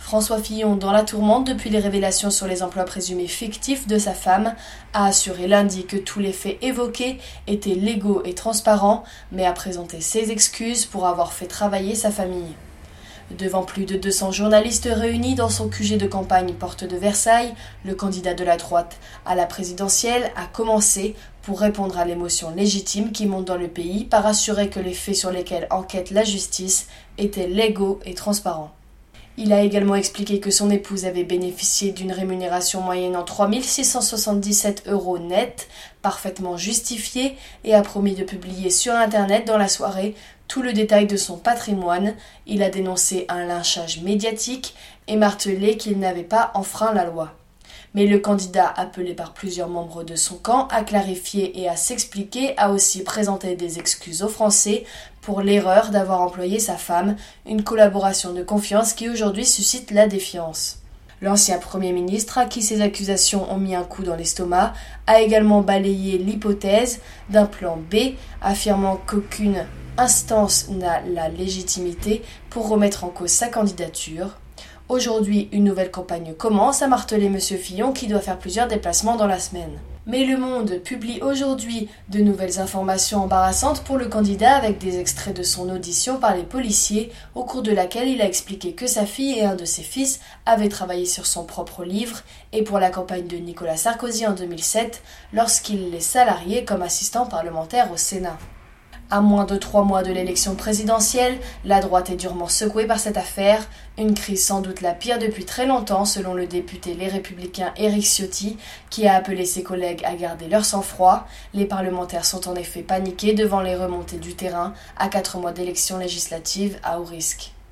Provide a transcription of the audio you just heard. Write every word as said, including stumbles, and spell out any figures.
François Fillon, dans la tourmente depuis les révélations sur les emplois présumés fictifs de sa femme, a assuré lundi que tous les faits évoqués étaient légaux et transparents, mais a présenté ses excuses pour avoir fait travailler sa famille. Devant plus de deux cents journalistes réunis dans son Q G de campagne Porte de Versailles, le candidat de la droite à la présidentielle a commencé, pour répondre à l'émotion légitime qui monte dans le pays, par assurer que les faits sur lesquels enquête la justice étaient légaux et transparents. Il a également expliqué que son épouse avait bénéficié d'une rémunération moyennant trois mille six cent soixante-dix-sept euros net, parfaitement justifiée, et a promis de publier sur Internet dans la soirée tout le détail de son patrimoine. Il a dénoncé un lynchage médiatique et martelé qu'il n'avait pas enfreint la loi. Mais le candidat, appelé par plusieurs membres de son camp à clarifier et à s'expliquer, a aussi présenté des excuses aux Français pour l'erreur d'avoir employé sa femme, une collaboration de confiance qui aujourd'hui suscite la défiance. L'ancien Premier ministre, à qui ces accusations ont mis un coup dans l'estomac, a également balayé l'hypothèse d'un plan B, affirmant qu'aucune instance n'a la légitimité pour remettre en cause sa candidature. Aujourd'hui, une nouvelle campagne commence, a martelé M. Fillon, qui doit faire plusieurs déplacements dans la semaine. Mais Le Monde publie aujourd'hui de nouvelles informations embarrassantes pour le candidat avec des extraits de son audition par les policiers, au cours de laquelle il a expliqué que sa fille et un de ses fils avaient travaillé sur son propre livre et pour la campagne de Nicolas Sarkozy en deux mille sept, lorsqu'il les salariait comme assistant parlementaire au Sénat. À moins de trois mois de l'élection présidentielle, la droite est durement secouée par cette affaire, une crise sans doute la pire depuis très longtemps selon le député Les Républicains Éric Ciotti, qui a appelé ses collègues à garder leur sang-froid. Les parlementaires sont en effet paniqués devant les remontées du terrain à quatre mois d'élections législatives à haut risque.